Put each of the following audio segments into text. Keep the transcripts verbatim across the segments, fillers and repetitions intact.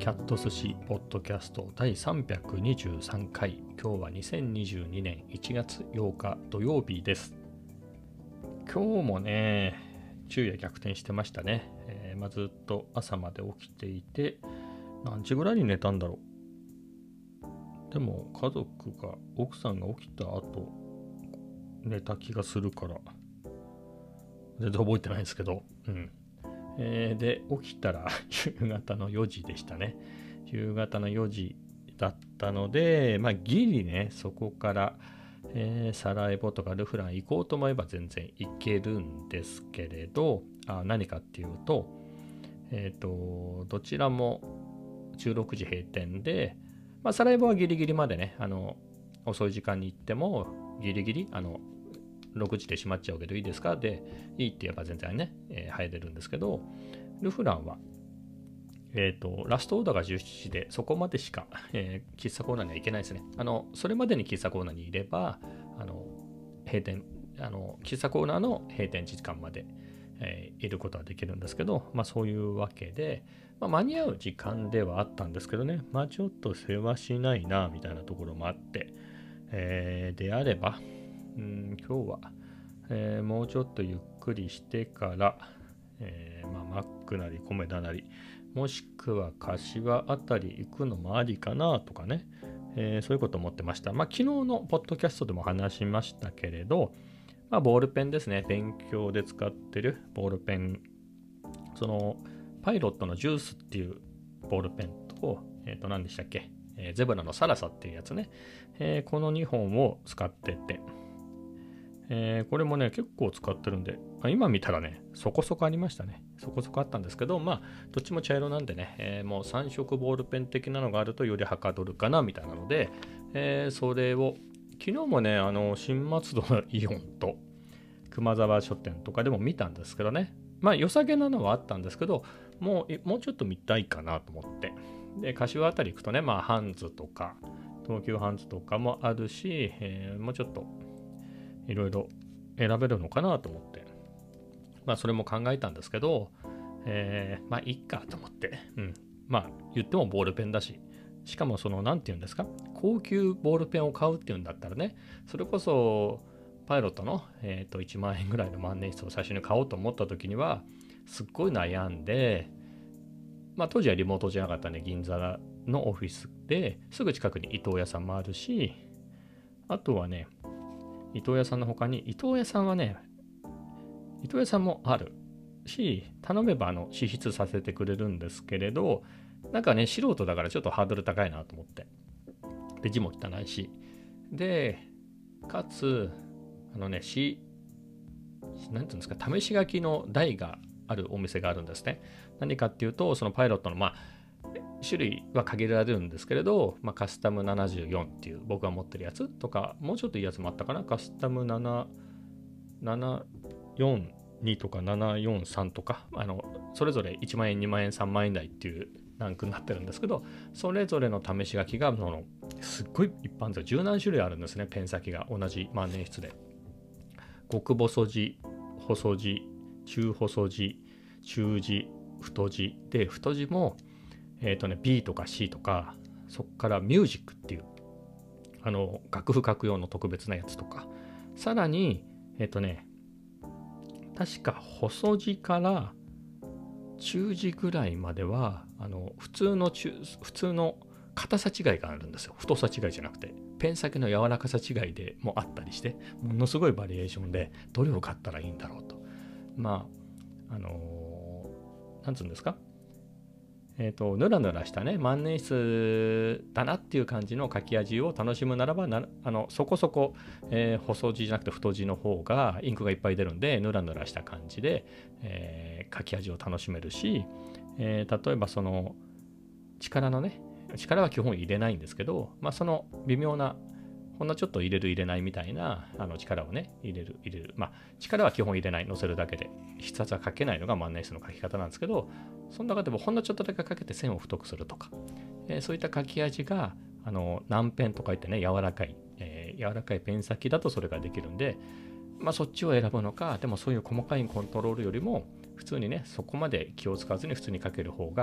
キャット寿司ポッドキャストだいさんびゃくにじゅうさんかい。今日はにせんにじゅうにねんいちがつようか土曜日です。今日もね昼夜逆転してましたね、えーまあ、ずっと朝まで起きていて、何時ぐらいに寝たんだろう。でも家族が奥さんが起きた後寝た気がするから全然覚えてないんですけど、うんえー、で起きたら夕方のよじでしたね。夕方のよじだったので、まあギリねそこから、えー、サラエボとかルフラン行こうと思えば全然行けるんですけれど、あ何かっていうと、えっ、ー、とどちらもじゅうろくじ閉店で、まあ、サラエボはギリギリまでね、あの遅い時間に行ってもギリギリあのろくじで閉まっちゃうけどいいですかでいいって言えば全然ね、えー、入れるんですけど、ルフランはえーと、ラストオーダーがじゅうしちじでそこまでしか、えー、喫茶コーナーには行けないですね。あのそれまでに喫茶コーナーにいればあの閉店あの喫茶コーナーの閉店時間まで、えー、いることはできるんですけど、まあそういうわけで、まあ、間に合う時間ではあったんですけどね、まあちょっと世話しないなみたいなところもあって、えー、であればうん今日は、えー、もうちょっとゆっくりしてから、えーまあ、マックなりコメダなりもしくは柏あたり行くのもありかなとかね、えー、そういうこと思ってました。まあ昨日のポッドキャストでも話しましたけれど、まあ、ボールペンですね。勉強で使ってるボールペン、そのパイロットのジュースっていうボールペンと、えっと何でしたっけ、えー、ゼブラのサラサっていうやつね、えー、このにほんを使ってて、えー、これもね結構使ってるんで、今見たらねそこそこありましたね。そこそこあったんですけど、まあどっちも茶色なんでね、えー、もうさん色ボールペン的なのがあるとよりはかどるかなみたいなので、えー、それを昨日もねあの新松戸のイオンと熊沢書店とかでも見たんですけどね、まあ良さげなのはあったんですけど、もうもうちょっと見たいかなと思って、で柏あたり行くとね、まあハンズとか東急ハンズとかもあるし、えー、もうちょっといろいろ選べるのかなと思って、まあそれも考えたんですけど、えー、まあいいかと思って、うん、まあ言ってもボールペンだし、しかもそのなんて言うんですか、高級ボールペンを買うっていうんだったらね、それこそパイロットの、えー、といちまんえんぐらいの万年筆を最初に買おうと思った時にはすっごい悩んで、まあ当時はリモートじゃなかったんで銀座のオフィスですぐ近くに伊藤屋さんもあるし、あとはね伊藤屋さんの他に伊藤屋さんはね伊藤屋さんもあるし、頼めばあの支出させてくれるんですけれど、なんかね素人だからちょっとハードル高いなと思って、で字も汚いし、でかつあのねしなんていうんですか、試し書きの台があるお店があるんですね。何かっていうと、そのパイロットのまあ種類は限られるんですけれど、まあ、カスタムななじゅうよんっていう僕が持ってるやつとか、もうちょっといいやつもあったかな、カスタムななななよんにとかななよんさんとか、あのそれぞれいちまんえんにまんえんさんまんえん台っていうランクになってるんですけど、それぞれの試し書きがそのすっごい一般的十何種類あるんですね。ペン先が同じ万年筆で極細字、細字、中細字、中字、太字で、太字もえっとね B とか C とか、そっからミュージックっていうあの楽譜書く用の特別なやつとか、さらにえっとね確か細字から中字ぐらいまではあの普通の中普通の硬さ違いがあるんですよ。太さ違いじゃなくてペン先の柔らかさ違いでもあったりして、ものすごいバリエーションでどれを買ったらいいんだろうと、まああのー、なんつうんですか、えーと、ぬらぬらしたね万年筆だなっていう感じの書き味を楽しむならばなあのそこそこ、えー、細字じゃなくて太字の方がインクがいっぱい出るんで、ぬらぬらした感じで、えー、書き味を楽しめるし、えー、例えばその力のね力は基本入れないんですけど、まあ、その微妙なほんのちょっと入れる入れないみたいなあの力をね入れる入れるまあ力は基本入れない、乗せるだけで筆圧はかけないのが万年筆の書き方なんですけど、その中でもほんのちょっとだけかけて線を太くするとか、えー、そういった書き味があの軟ペンとか言ってね柔らかい、えー、柔らかいペン先だとそれができるんで、まあそっちを選ぶのか、でもそういう細かいコントロールよりも普通にねそこまで気を使わずに普通に書ける方が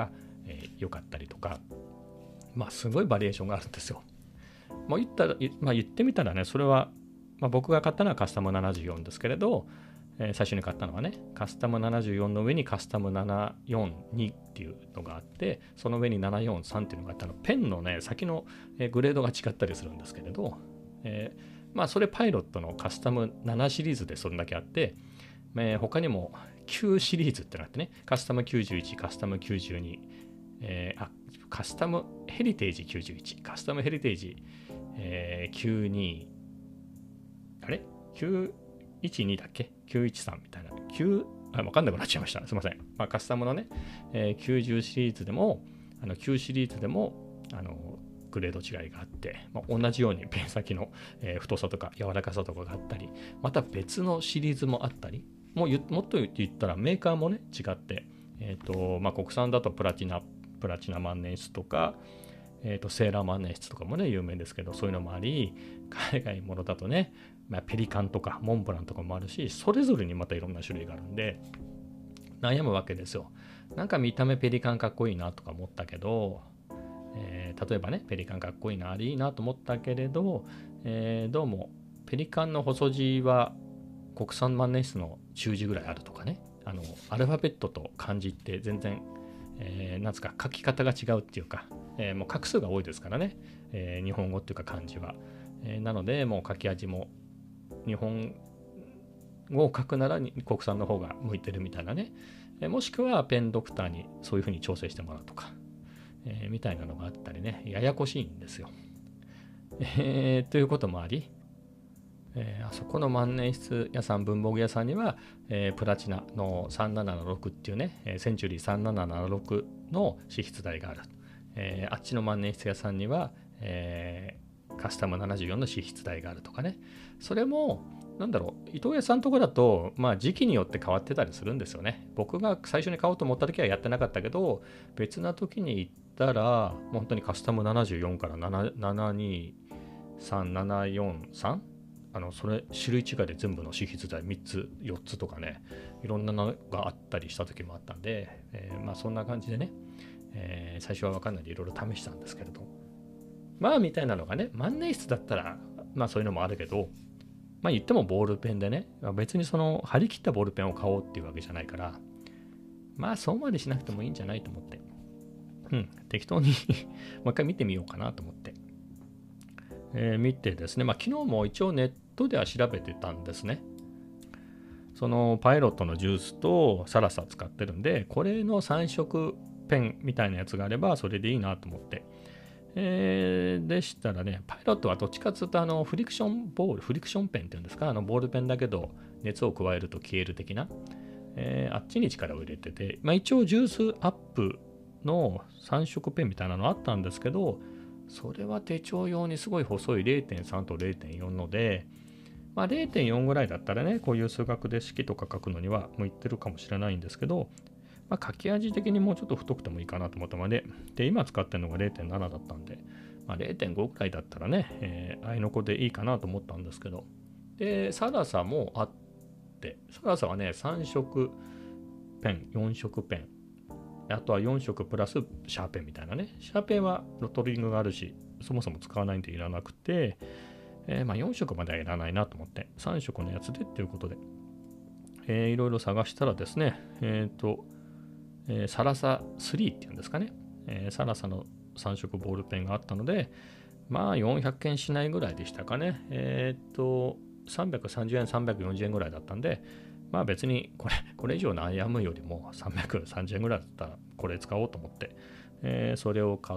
えー、良かったりとか、まあすごいバリエーションがあるんですよ。もう言ったら、まあ、言ってみたらね、それは、まあ、僕が買ったのはカスタムななじゅうよんですけれど、えー、最初に買ったのはね、カスタムななじゅうよんの上にカスタムななじゅうよんにっていうのがあって、その上にななじゅうよんさんっていうのがあったの、ペンのね、先のグレードが違ったりするんですけれど、えー、まあそれパイロットのカスタムななシリーズでそれだけあって、えー、他にもきゅうシリーズってのがあってね、カスタムきゅうじゅういち、カスタムきゅうじゅうに、えー、あ、カスタムヘリテージきゅうじゅういち、カスタムヘリテージ、えー、きゅうじゅうに、あれ ?きゅうじゅういちに だっけ ?きゅうじゅういちさん みたいな。9あ、わかんなくなっちゃいました。すいません。まあ、カスタムのね、えー、きゅうじゅうシリーズでも、あのきゅうシリーズでも、あの、グレード違いがあって、まあ、同じようにペン先の、えー、太さとか柔らかさとかがあったり、また別のシリーズもあったり、もうもっと言ったらメーカーもね、違って、えっと、まあ、国産だとプラチナ、プラチナ万年筆とか、えーと、セーラー万年筆とかもね、有名ですけど、そういうのもあり、海外ものだとね、まあ、ペリカンとかモンブランとかもあるし、それぞれにまたいろんな種類があるんで、悩むわけですよ。なんか見た目ペリカンかっこいいなとか思ったけど、えー、例えばね、ペリカンかっこいいな、あれいいなと思ったけれど、えー、どうも、ペリカンの細字は国産万年筆の中字ぐらいあるとかね、あの、アルファベットと漢字って全然、えー、なんつか書き方が違うっていうか、えー、もう画数が多いですからね、えー、日本語っていうか漢字は、えー、なのでもう書き味も日本語を書くなら国産の方が向いてるみたいなね、えー、もしくはペンドクターにそういう風に調整してもらうとか、えー、みたいなのがあったりね、ややこしいんですよ、えー、ということもあり、えー、あそこの万年筆屋さん、文房具屋さんには、えー、プラチナのさんなななろくっていうね、センチュリーさんなななろくの紙筆台がある。えー、あっちの万年筆屋さんには、えー、カスタムななじゅうよんの紙筆台があるとかね。それも、なんだろう、伊藤屋さんとかだと、まあ時期によって変わってたりするんですよね。僕が最初に買おうと思った時はやってなかったけど、別な時に行ったら、本当にカスタムななじゅうよんからななにさん、ななよんさんあのそれ種類違いで全部の紙筆台みっつよっつとかね、いろんなのがあったりした時もあったんで、えー、まあそんな感じでね、えー、最初は分かんないでいろいろ試したんですけれど、まあみたいなのがね、万年筆だったらまあそういうのもあるけど、まあ言ってもボールペンでね、別にその張り切ったボールペンを買おうっていうわけじゃないから、まあそうまでしなくてもいいんじゃないと思って、うん適当にもう一回見てみようかなと思って、えー、見てですね、まあ昨日も一応ネットでは調べてたんですね。そのパイロットのジュースとサラサ使ってるんで、これのさん色ペンみたいなやつがあればそれでいいなと思って、えー、でしたらね、パイロットはどっちかというとあのフリクションボールフリクションペンっていうんですか、あのボールペンだけど熱を加えると消える的な、えー、あっちに力を入れてて、まあ、一応ジュースアップのさん色ペンみたいなのあったんですけど、それは手帳用にすごい細い れいてんさん と れいてんよん ので、まあ、れいてんよん ぐらいだったらね、こういう数学で式とか書くのには向いてるかもしれないんですけど、まあ、書き味的にもうちょっと太くてもいいかなと思ったので、で、今使ってるのが れいてんなな だったんで、まあ、れいてんご くらいだったらね、えー、あいの子でいいかなと思ったんですけど、で、サラサもあって、サラサはね、さん色ペン、よん色ペン、あとはよん色プラスシャーペンみたいなね。シャーペンはロットリングがあるし、そもそも使わないんでいらなくて、えー、まあよん色まではいらないなと思って、さん色のやつでっていうことで、えー、いろいろ探したらですね、えっ、ー、と、えー、サラサスリーっていうんですかね、えー、サラサのさん色ボールペンがあったので、まあよんひゃくえんしないぐらいでしたかね。えっ、ー、と、さんびゃくさんじゅうえん、さんびゃくよんじゅうえんぐらいだったんで、まあ別にこれ、これ以上悩むよりもさんびゃくさんじゅうえんぐらいだったらこれ使おうと思って、えー、それを買って、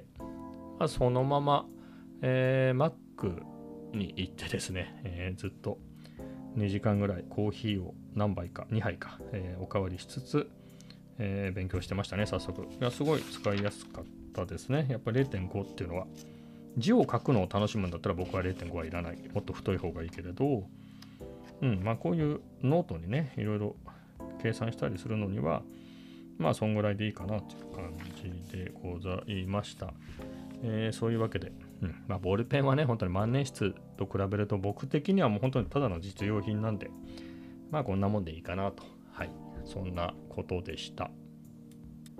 まあ、そのまま、えー、Mac に行ってですね、えー、ずっとにじかんぐらいコーヒーを何杯か、にはいか、えー、おかわりしつつ、えー、勉強してましたね、早速。いや、すごい使いやすかったですね。やっぱり れいてんご っていうのは、字を書くのを楽しむんだったら僕は れいてんご はいらない。もっと太い方がいいけれど、うん、まあこういうノートにね、いろいろ計算したりするのには、まあそんぐらいでいいかなという感じでございました。えー、そういうわけで、うん、まあボールペンはね、本当に万年筆と比べると僕的にはもう本当にただの実用品なんで、まあこんなもんでいいかなと。はい、そんなことでした。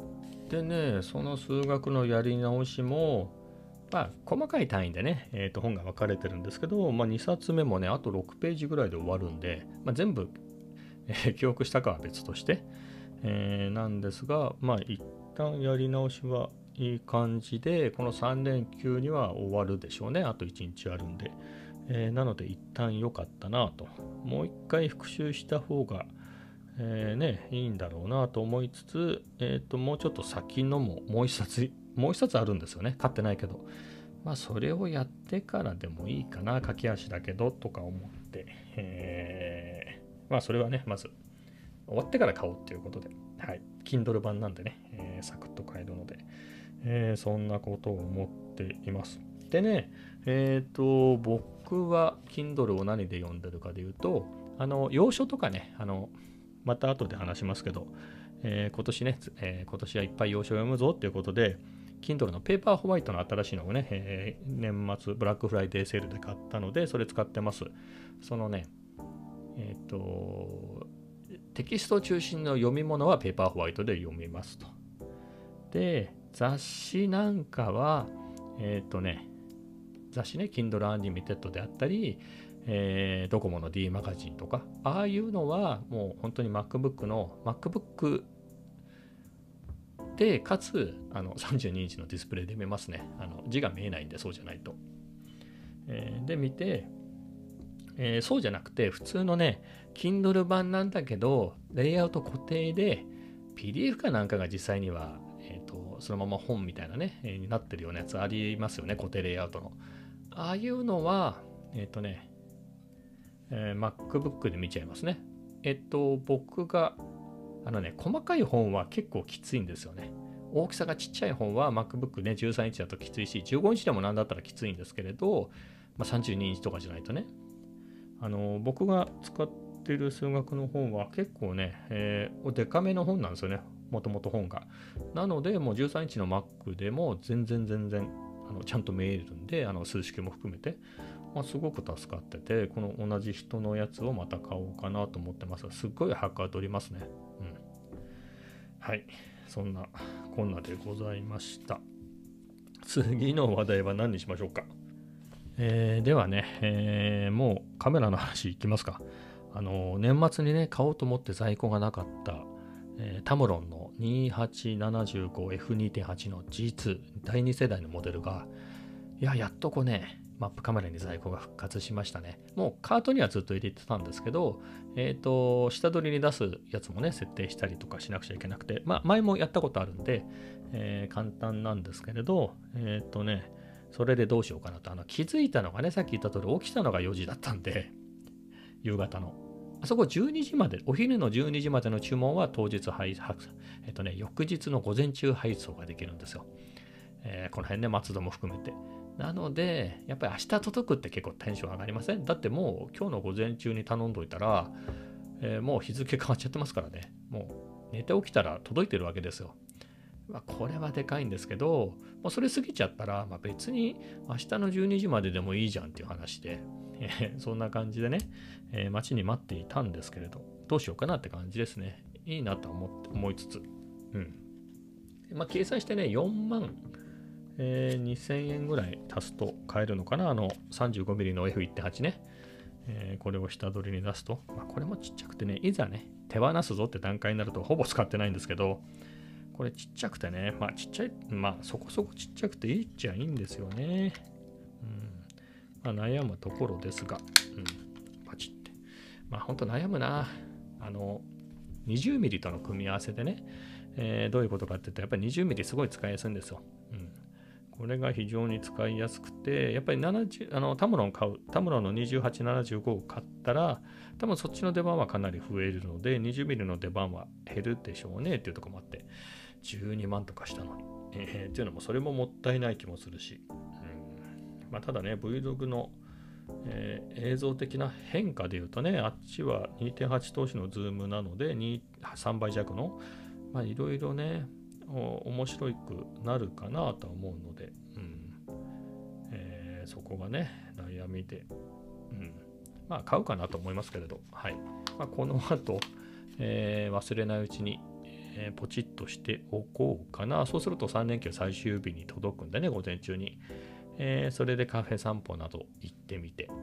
でね、その数学のやり直しも、まあ、細かい単位でね、えーと、本が分かれてるんですけど、まあ、にさつめもね、あとろくページぐらいで終わるんで、まあ、全部、えー記憶したかは別として、えーなんですが、まあ、一旦やり直しはいい感じで、このさん連休には終わるでしょうね。あといちにちあるんで。えーなので、一旦良かったなと。もう一回復習した方が、えーね、いいんだろうなと思いつつ、えーと、もうちょっと先のももう一冊、もう一冊あるんですよね。買ってないけど。まあ、それをやってからでもいいかな。駆け足だけど、とか思って。えーまあ、それはね、まず、終わってから買おうっていうことで。はい。Kindle 版なんでね、えーサクッと買えるので、えーそんなことを思っています。でね、えっ、と、僕は Kindle を何で読んでるかで言うと、あの、洋書とかね、あの、また後で話しますけど、えー今年ね、えー今年はいっぱい洋書を読むぞっていうことで、Kindle のペーパーホワイトの新しいのをね、えー年末ブラックフライデーセールで買ったので、それ使ってます。そのね、えっ、と、テキスト中心の読み物はペーパーホワイトで読みますと。で、雑誌なんかは、えっ、とね、雑誌ね、Kindle Unlimited であったり、えードコモの D マガジンとか、ああいうのはもう本当に MacBook の MacBook で、かつあのさんじゅうにインチのディスプレイで見ますね。あの字が見えないんで、そうじゃないと。えーで、見て、えーそうじゃなくて、普通のね、Kindle 版なんだけど、レイアウト固定で、ピーディーエフ かなんかが実際には、えーと、そのまま本みたいなね、えーになってるようなやつありますよね、固定レイアウトの。ああいうのは、えっ、とね、えー MacBook で見ちゃいますね。えっと、僕が、あのね、細かい本は結構きついんですよね。大きさがちっちゃい本は MacBook ね、じゅうさんインチだときついし、じゅうごインチでもなんだったらきついんですけれど、まあ、さんじゅうにインチとかじゃないとね。あの、僕が使ってる数学の本は結構ね、えー、デカめの本なんですよね。もともと本が。なので、もうじゅうさんインチの Mac でも全然全然、あのちゃんと見えるんで、あの数式も含めて、まあ、すごく助かってて、この同じ人のやつをまた買おうかなと思ってますが、すっごいはかどりますね。うん。はい。そんなこんなでございました。次の話題は何にしましょうか。えーではね、えーもうカメラの話いきますか。あの、年末にね、買おうと思って在庫がなかった、えータムロンの にはちななごエフにてんはち の ジーツー だいに世代のモデルが、いや、やっとこうね、マップカメラに在庫が復活しましたね。もうカートにはずっと入れてたんですけど、えっ、と、下取りに出すやつもね、設定したりとかしなくちゃいけなくて、まあ、前もやったことあるんで、えー簡単なんですけれど、えっ、とね、それでどうしようかなと。あの、気づいたのがね、さっき言った通り起きたのがよじだったんで、夕方の。あそこじゅうにじまで、お昼のじゅうにじまでの注文は当日配送、えっ、とね、翌日の午前中配送ができるんですよ。えーこの辺ね、松戸も含めて。なので、やっぱり明日届くって結構テンション上がりません？だってもう今日の午前中に頼んどいたら、えーもう日付変わっちゃってますからね。もう寝て起きたら届いてるわけですよ。まあ、これはでかいんですけど、もうそれ過ぎちゃったら、まあ、別に明日のじゅうにじまででもいいじゃんっていう話で、えーそんな感じでね、えー待ちに待っていたんですけれど、どうしようかなって感じですね。いいなと思って思いつつ。うん。まあ、計算してね、よんまん、えーにせんえんぐらい足すと買えるのかな。あの さんじゅうごミリ の エフいってんはち ね。えーこれを下取りに出すと、まあ、これもちっちゃくてね、いざね、手放すぞって段階になるとほぼ使ってないんですけど、これちっちゃくてね、まあちっちゃい、まあそこそこちっちゃくていいっちゃいいんですよね。うん。まあ悩むところですが、うん。パチって。まあほんと悩むな。あの、にじゅうミリ との組み合わせでね、えーどういうことかって言うと、やっぱり にじゅうミリ すごい使いやすいんですよ。うん。これが非常に使いやすくて、やっぱりななじゅうあのタムロン買う、タムロンのにじゅうはちななじゅうごを買ったら、多分そっちの出番はかなり増えるので、にじゅうミリ の出番は減るでしょうねっていうところもあって、じゅうにまんとかしたのに。えー、っていうのもそれももったいない気もするし。うんまあ、ただね、Vlog の、えー映像的な変化で言うとね、あっちは にてんはち 投資のズームなので、さんばい弱の、まあいろいろね、面白くなるかなとは思うので、うんえーそこがね、悩みで、うん、まあ買うかなと思いますけれど、はい。まあ、この後、えー忘れないうちに、 えー、ポチッとしておこうかな。そうするとさん連休最終日に届くんでね、午前中に。えー、それでカフェ散歩など行ってみて。うん、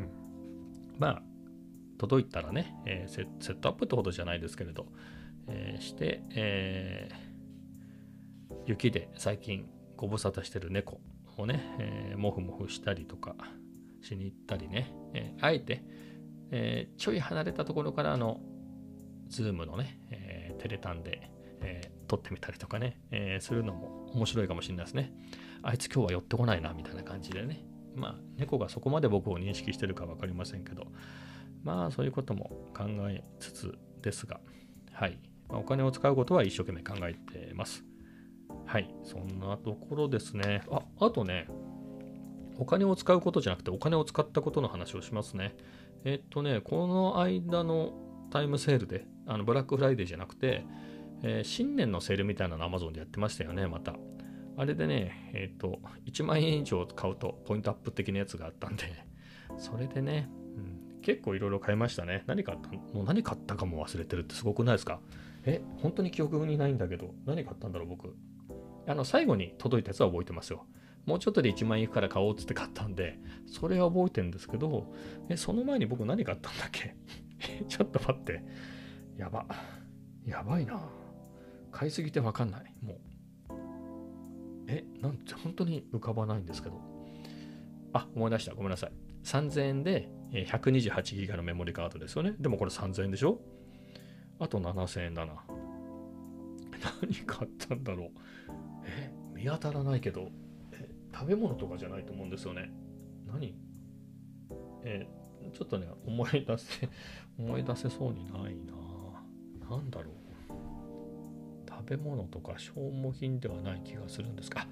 まあ、届いたらね、えーセ、セットアップってほどじゃないですけれど、えーして、えー、雪で最近ご無沙汰してる猫をね、えー、もふもふしたりとかしに行ったりね、えー、あえて、えー、ちょい離れたところからあの、ズームのね、えー、テレタンで、えー、撮ってみたりとかね、えー、するのも面白いかもしれないですね。あいつ今日は寄ってこないなみたいな感じでね。まあ猫がそこまで僕を認識してるか分かりませんけど、まあそういうことも考えつつですが、はい。まあ、お金を使うことは一生懸命考えてます。はい。そんなところですね。あ、あとね、お金を使うことじゃなくてお金を使ったことの話をしますね。えっとね、この間のタイムセールで、あのブラックフライデーじゃなくて、えー新年のセールみたいなの Amazon でやってましたよね、また。あれでね、えっと、いちまん円以上買うとポイントアップ的なやつがあったんで、それでね、うん、結構いろいろ買いましたね。何買ったもう何買ったかも忘れてるってすごくないですか？え、本当に記憶にないんだけど、何買ったんだろう、僕。あの、最後に届いたやつは覚えてますよ。もうちょっとでいちまん円いくから買おうっつって買ったんで、それは覚えてるんですけど、え、その前に僕何買ったんだっけ？ちょっと待って。やば。やばいな。買いすぎてわかんない。もう。え、なんて本当に浮かばないんですけど。あ、思い出した。ごめんなさい。さんぜんえんでひゃくにじゅうはちギガのメモリカードですよね。でもこれさんぜんえんでしょ？あとななせんえんだな。何買ったんだろう。え、見当たらないけど、え、食べ物とかじゃないと思うんですよね。何えーちょっとね、思い出せ、思い出せそうにないな。なんだろう。食べ物とか消耗品ではない気がするんですが、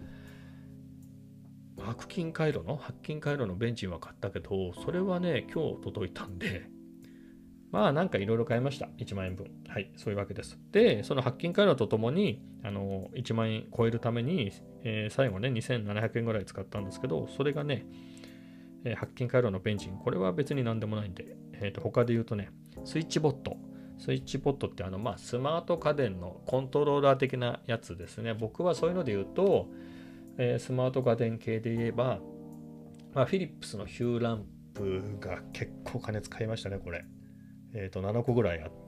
白金回路の白金回路のベンチンは買ったけど、それはね、今日届いたんで、まあなんかいろいろ買いました。いちまん円分。はい、そういうわけです。で、その白金回路とともに、あの、いちまん円超えるために、えー最後ね、にせんななひゃくえんぐらい使ったんですけど、それがね、えー白金回路のベンチン、これは別に何でもないんで、えーと、他で言うとね、スイッチボット。スイッチボットってあの、まあ、スマート家電のコントローラー的なやつですね。僕はそういうので言うと、えースマート家電系で言えば、まあ、フィリップスのヒューランプが結構金使いましたね、これ。えっ、と、ななこぐらいあって、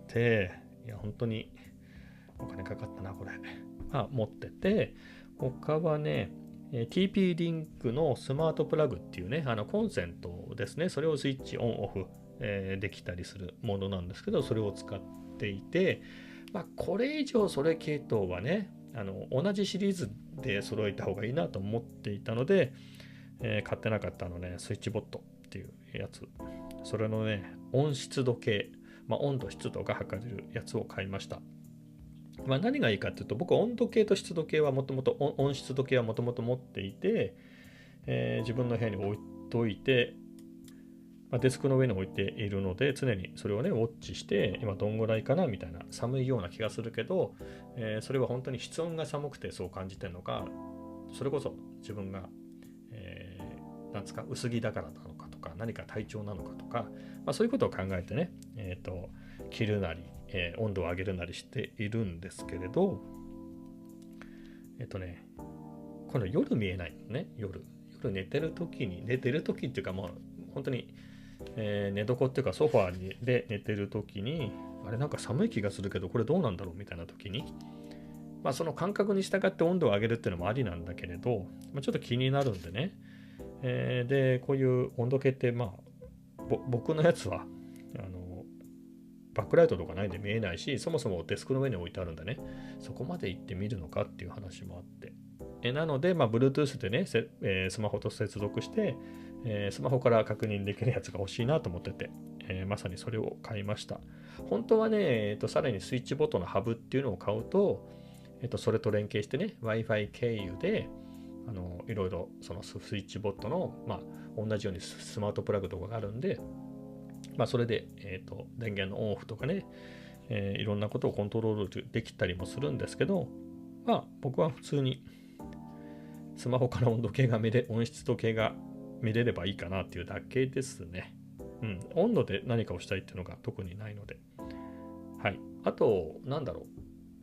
いや、本当にお金かかったな、これ。まあ、持ってて、他はね、えー ティーピー リンクのスマートプラグっていうね、あのコンセントですね、それをスイッチオンオフ、えーできたりするものなんですけど、それを使っていて、まあ、これ以上それ系統はね、あの同じシリーズで揃えた方がいいなと思っていたので、えー買ってなかったのね、スイッチボットっていうやつ。それのね、温湿度計、まあ、温度、湿度が測れるやつを買いました。まあ、何がいいかっていうと、僕は温度計と湿度計はもともと、温湿度計はもともと持っていて、えー自分の部屋に置いといて、まあ、デスクの上に置いているので、常にそれをね、ウォッチして、今どんぐらいかなみたいな、寒いような気がするけど、えーそれは本当に室温が寒くてそう感じてるのか、それこそ自分が、えーなんですか、薄着だからなのかとか、何か体調なのかとか、まあ、そういうことを考えてね、えっ、と、着るなり、えー温度を上げるなりしているんですけれど、えっ、とね、この夜見えないのね、夜。夜寝てる時に、寝てる時っていうかもう本当に、えー寝床っていうかソファーで寝てる時に、あれなんか寒い気がするけど、これどうなんだろうみたいな時に、まあその感覚に従って温度を上げるっていうのもありなんだけれど、まあ、ちょっと気になるんでね。えーで、こういう温度計って、まあ、ぼ僕のやつは、あの、バックライトとかないんで見えないし、そもそもデスクの上に置いてあるんでね、そこまで行ってみるのかっていう話もあって。えなので、まあ、Bluetooth でね、せえースマホと接続して、えースマホから確認できるやつが欲しいなと思ってて、えーまさにそれを買いました。本当はね、えーと、さらにスイッチボットのハブっていうのを買うと、えーと、それと連携してね、Wi-Fi 経由で、あのいろいろそのスイッチボットの、まあ、同じようにスマートプラグとかがあるんで、まあ、それで、えーと、電源のオンオフとかね、えーいろんなことをコントロールできたりもするんですけど、まあ、僕は普通にスマホから温度計が見れ、温湿度計が見れればいいかなっていうだけですね。うん。温度で何かをしたいっていうのが特にないので。はい。あと、なんだろう。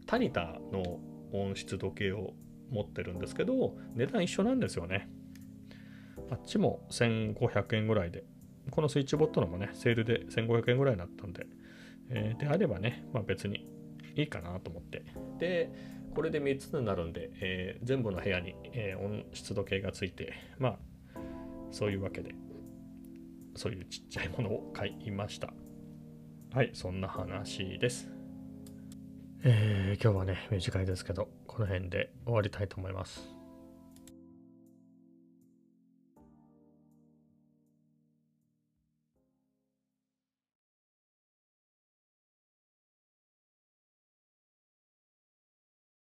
タニタの温湿度計を持ってるんですけど、値段一緒なんですよね。あっちもせんごひゃくえんぐらいで、このスイッチボットのもね、セールでせんごひゃくえんぐらいになったんで、えー、であればね、まあ、別にいいかなと思って。で、これでみっつになるんで、えー、全部の部屋に、えー、温湿度計がついて、まあ、そういうわけで、そういうちっちゃいものを買いました。はい、そんな話です。えー、今日はね、短いですけど、この辺で終わりたいと思います。